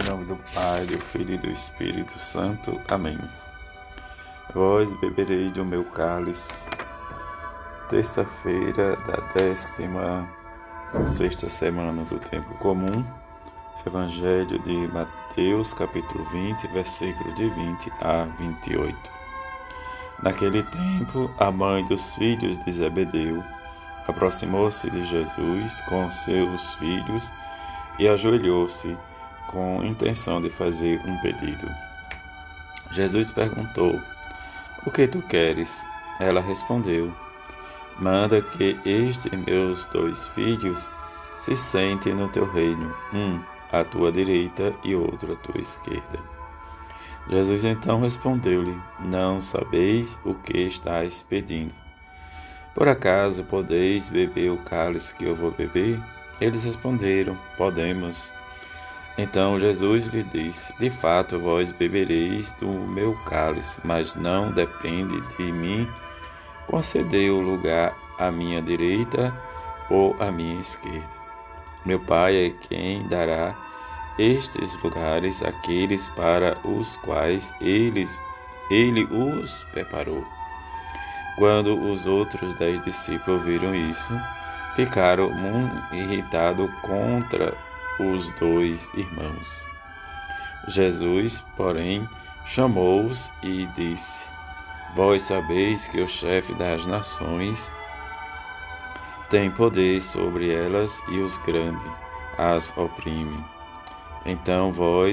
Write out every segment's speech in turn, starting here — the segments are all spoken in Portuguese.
nome do Pai, do Filho e do Espírito Santo. Amém. Vós beberei do meu cálice. Terça-feira da 16ª semana do Tempo Comum. Evangelho de Mateus, capítulo 20, versículos de 20 a 28. Naquele tempo, a mãe dos filhos de Zebedeu aproximou-se de Jesus com seus filhos e ajoelhou-se com intenção de fazer um pedido. Jesus perguntou: "O que tu queres?" Ela respondeu: "Manda que estes meus 2 filhos se sentem no teu reino, um à tua direita e outro à tua esquerda." Jesus então respondeu-lhe: "Não sabeis o que estáis pedindo. Por acaso podeis beber o cálice que eu vou beber?" Eles responderam: "Podemos." Então Jesus lhe disse: "De fato, vós bebereis do meu cálice, mas não depende de mim conceder o lugar à minha direita ou à minha esquerda. Meu Pai é quem dará estes lugares àqueles para os quais ele os preparou." Quando os outros 10 discípulos viram isso, ficaram muito irritados contra os 2 irmãos. Jesus, porém, chamou-os e disse: "Vós sabeis que o chefe das nações tem poder sobre elas e os grandes as oprimem. Então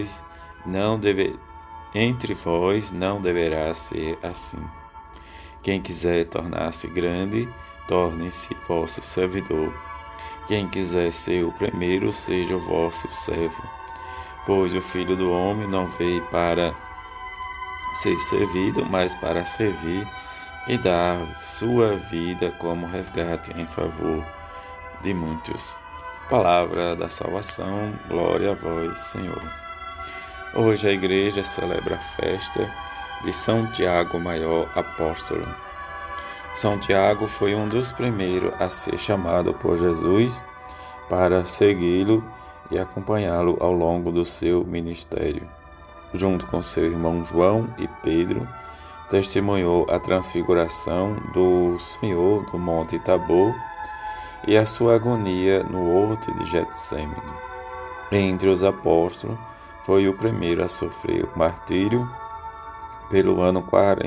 entre vós não deverá ser assim. Quem quiser tornar-se grande, torne-se vosso servidor. Quem quiser ser o primeiro, seja o vosso servo. Pois o Filho do Homem não veio para ser servido, mas para servir e dar sua vida como resgate em favor de muitos." Palavra da salvação, glória a vós, Senhor. Hoje a igreja celebra a festa de São Tiago Maior Apóstolo. São Tiago foi um dos primeiros a ser chamado por Jesus para segui-lo e acompanhá-lo ao longo do seu ministério. Junto com seu irmão João e Pedro, testemunhou a transfiguração do Senhor no Monte Tabor e a sua agonia no horto de Getsêmani. Entre os apóstolos, foi o primeiro a sofrer o martírio pelo ano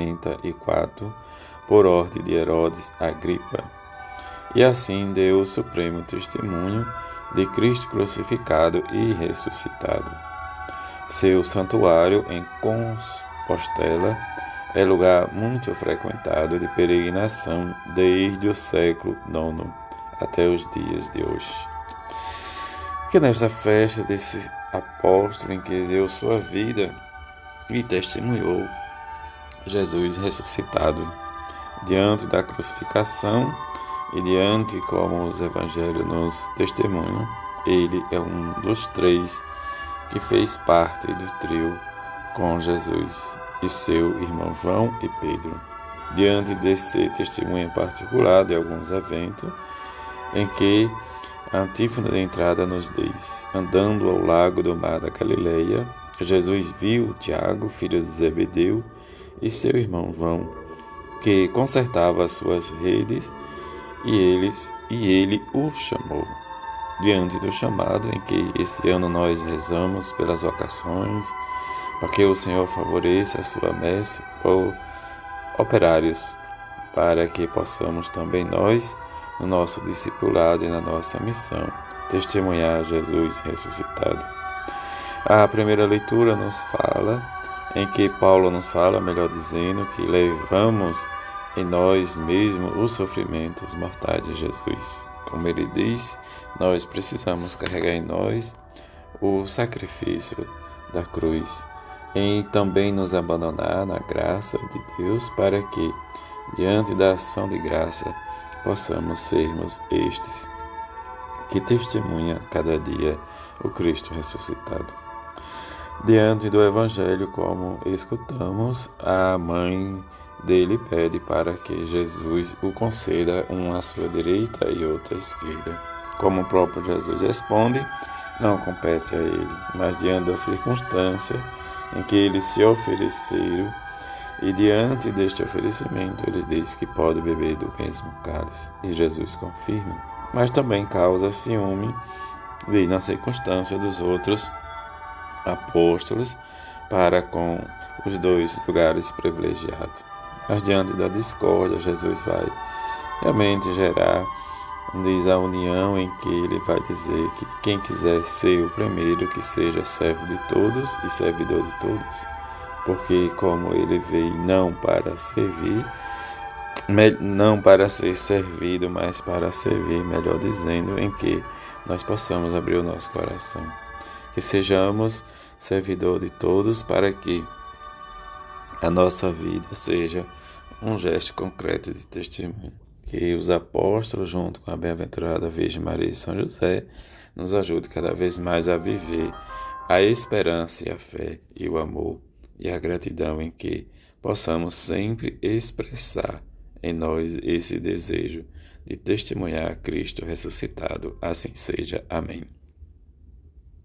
44, por ordem de Herodes Agripa, e assim deu o supremo testemunho de Cristo crucificado e ressuscitado. Seu santuário em Compostela é lugar muito frequentado de peregrinação desde o século IX até os dias de hoje. Que nesta festa desse apóstolo em que deu sua vida e testemunhou Jesus ressuscitado, diante da crucificação e diante como os evangelhos nos testemunham, ele é um dos 3 que fez parte do trio com Jesus e seu irmão João e Pedro. Diante desse testemunho particular de alguns eventos, em que a antífona de entrada nos diz: "Andando ao lago do mar da Galileia, Jesus viu Tiago, filho de Zebedeu, e seu irmão João, que consertava as suas redes, e ele o chamou." Diante do chamado em que esse ano nós rezamos pelas vocações, para que o Senhor favoreça a sua messe ou operários, para que possamos também nós, no nosso discipulado e na nossa missão, testemunhar Jesus ressuscitado. A primeira leitura nos fala, em que Paulo nos fala, melhor dizendo, que levamos em nós mesmos os sofrimentos mortais de Jesus. Como ele diz, nós precisamos carregar em nós o sacrifício da cruz e também nos abandonar na graça de Deus, para que, diante da ação de graça, possamos sermos estes que testemunha cada dia o Cristo ressuscitado. Diante do Evangelho, como escutamos, a mãe dele pede para que Jesus o conceda um à sua direita e outro à esquerda. Como o próprio Jesus responde, não compete a ele, mas diante da circunstância em que eles se ofereceram, e diante deste oferecimento, ele diz que pode beber do mesmo cálice, e Jesus confirma, mas também causa ciúme na circunstância dos outros apóstolos para com os dois lugares privilegiados. Mas diante da discórdia, Jesus vai realmente gerar, diz, a união em que ele vai dizer que quem quiser ser o primeiro, que seja servo de todos e servidor de todos. Porque como ele veio não para servir, não para ser servido, mas para servir, melhor dizendo, em que nós possamos abrir o nosso coração. Que sejamos servidor de todos para que a nossa vida seja um gesto concreto de testemunho. Que os apóstolos, junto com a bem-aventurada Virgem Maria e São José, nos ajude cada vez mais a viver a esperança e a fé e o amor e a gratidão, em que possamos sempre expressar em nós esse desejo de testemunhar Cristo ressuscitado. Assim seja. Amém.